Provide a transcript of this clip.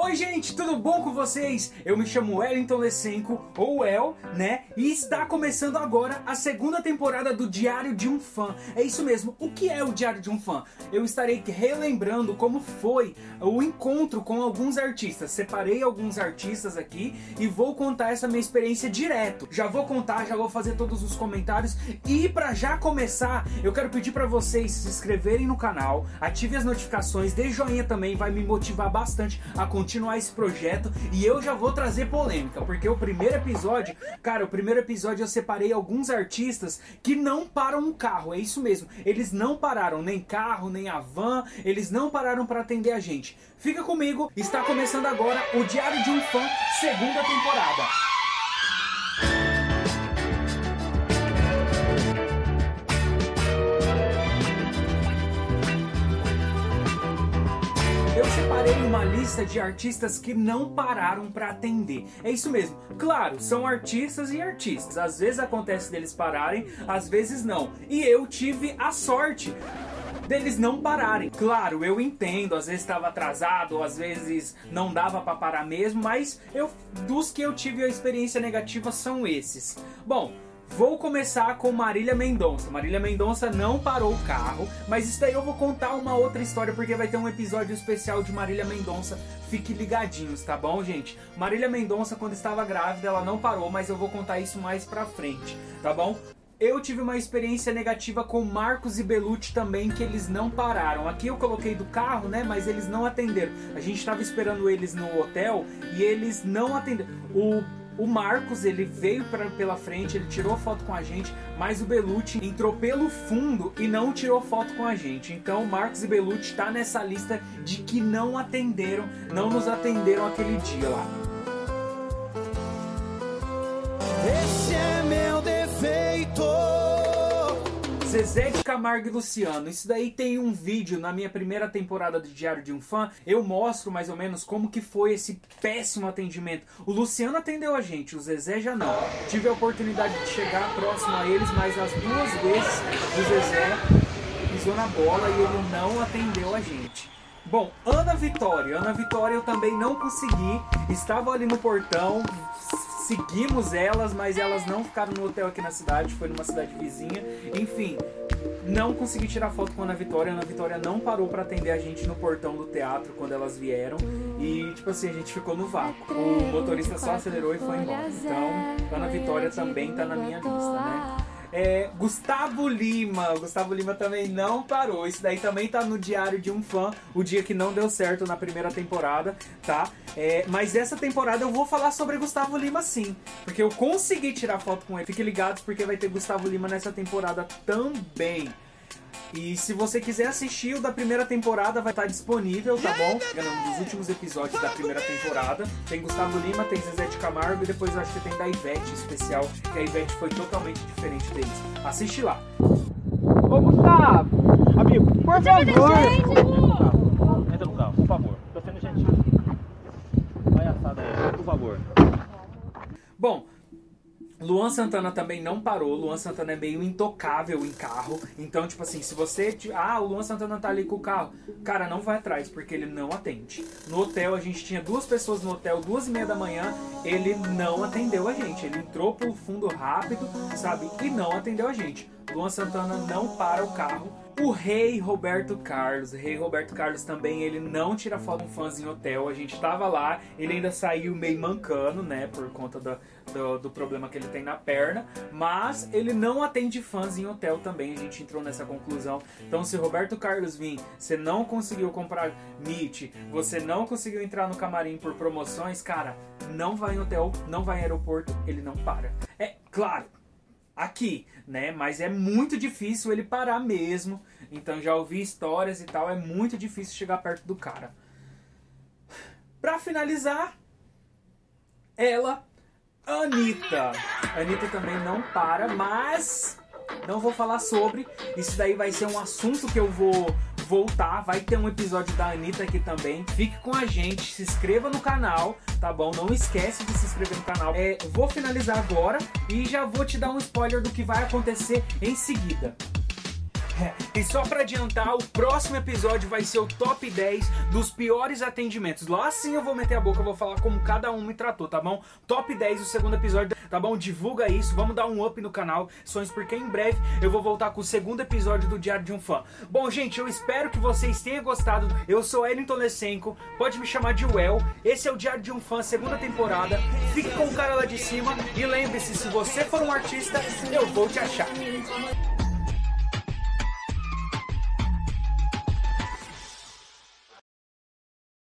Oi gente, tudo bom com vocês? Eu me chamo Wellington Lessenko, ou El, né? E está começando agora a segunda temporada do Diário de um Fã. É isso mesmo, o que é o Diário de um Fã? Eu estarei relembrando como foi o encontro com alguns artistas. Separei alguns artistas aqui e vou contar essa minha experiência direto. Já vou contar, já vou fazer todos os comentários. E para já começar, eu quero pedir para vocês se inscreverem no canal, ativem as notificações, dê joinha também, vai me motivar bastante a continuar esse projeto. E eu já vou trazer polêmica, porque o primeiro episódio, cara, eu separei alguns artistas que não param um carro, é isso mesmo, eles não pararam nem carro, nem a van, eles não pararam para atender a gente. Fica comigo, está começando agora o Diário de um Fã, segunda temporada. Eu separei uma lista de artistas que não pararam para atender. É isso mesmo. Claro, são artistas e artistas. Às vezes acontece deles pararem, às vezes não. E eu tive a sorte deles não pararem. Claro, eu entendo, às vezes estava atrasado, às vezes não dava para parar mesmo, mas dos que eu tive a experiência negativa são esses. Bom, vou começar com Marília Mendonça. Marília Mendonça não parou o carro, mas isso daí eu vou contar uma outra história, porque vai ter um episódio especial de Marília Mendonça. Fique ligadinhos, tá bom, gente? Marília Mendonça, quando estava grávida, ela não parou, mas eu vou contar isso mais pra frente, tá bom? Eu tive uma experiência negativa com Marcos e Belucci também, que eles não pararam. Aqui eu coloquei do carro, né, mas eles não atenderam. A gente estava esperando eles no hotel e eles não atenderam. O Marcos, ele veio pela frente, ele tirou foto com a gente, mas o Belucci entrou pelo fundo e não tirou foto com a gente. Então o Marcos e Belucci tá nessa lista de que não nos atenderam aquele dia lá. Esse é meu defeito. Zezé de Camargo e Luciano. Isso daí tem um vídeo na minha primeira temporada do Diário de um Fã. Eu mostro mais ou menos como que foi esse péssimo atendimento. O Luciano atendeu a gente, o Zezé já não. Tive a oportunidade de chegar próximo a eles, mas as duas vezes o Zezé pisou na bola e ele não atendeu a gente. Bom, Ana Vitória eu também não consegui. Estava ali no portão, seguimos elas, mas elas não ficaram no hotel aqui na cidade, foi numa cidade vizinha. Enfim, não consegui tirar foto com a Ana Vitória. A Ana Vitória não parou para atender a gente no portão do teatro quando elas vieram. E, tipo assim, a gente ficou no vácuo. O motorista só acelerou e foi embora. Então, a Ana Vitória também tá na minha lista, né? Gustavo Lima também não parou. Isso daí também tá no Diário de um Fã, o dia que não deu certo na primeira temporada, tá? Mas essa temporada eu vou falar sobre Gustavo Lima sim, porque eu consegui tirar foto com ele. Fiquem ligados porque vai ter Gustavo Lima nessa temporada também. E se você quiser assistir o da primeira temporada, vai estar disponível, tá bom? Um dos últimos episódios da primeira temporada. Tem Gustavo Lima, tem Zezé de Camargo e depois eu acho que tem da Ivete especial, que a Ivete foi totalmente diferente deles. Assiste lá. Ô Gustavo, amigo, por favor. Entra no carro, por favor. Tô sendo gentil. Palhaçada aí, por favor. Bom, Luan Santana também não parou. Luan Santana é meio intocável em carro. Então, tipo assim, se você... o Luan Santana tá ali com o carro. Cara, não vai atrás, porque ele não atende. No hotel, a gente tinha 2 pessoas no hotel, 2h30 da manhã. Ele não atendeu a gente. Ele entrou pelo fundo rápido, sabe? E não atendeu a gente. Luan Santana não para o carro. O Rei Roberto Carlos. O Rei Roberto Carlos também, ele não tira foto com fãs em hotel. A gente tava lá, ele ainda saiu meio mancando, né? Por conta do problema que ele tem na perna. Mas ele não atende fãs em hotel também. A gente entrou nessa conclusão. Então, se Roberto Carlos vir, você não conseguiu comprar Meet, você não conseguiu entrar no camarim por promoções, cara, não vai em hotel, não vai em aeroporto, ele não para. É claro, aqui, né? Mas é muito difícil ele parar mesmo. Então já ouvi histórias e tal, é muito difícil chegar perto do cara. Pra finalizar, Anitta. Anitta também não para, mas não vou falar sobre. Isso daí vai ser um assunto que eu vou voltar. Vai ter um episódio da Anitta aqui também. Fique com a gente, se inscreva no canal, tá bom? Não esquece de se inscrever no canal. Vou finalizar agora e já vou te dar um spoiler do que vai acontecer em seguida. E só pra adiantar, o próximo episódio vai ser o top 10 dos piores atendimentos. Lá sim eu vou meter a boca, eu vou falar como cada um me tratou, tá bom? Top 10 do segundo episódio, tá bom? Divulga isso, vamos dar um up no canal, Sonhos, porque em breve eu vou voltar com o segundo episódio do Diário de um Fã. Bom, gente, eu espero que vocês tenham gostado. Eu sou Wellington Lessenko, pode me chamar de Well. Esse é o Diário de um Fã, segunda temporada. Fique com o cara lá de cima e lembre-se, se você for um artista, eu vou te achar.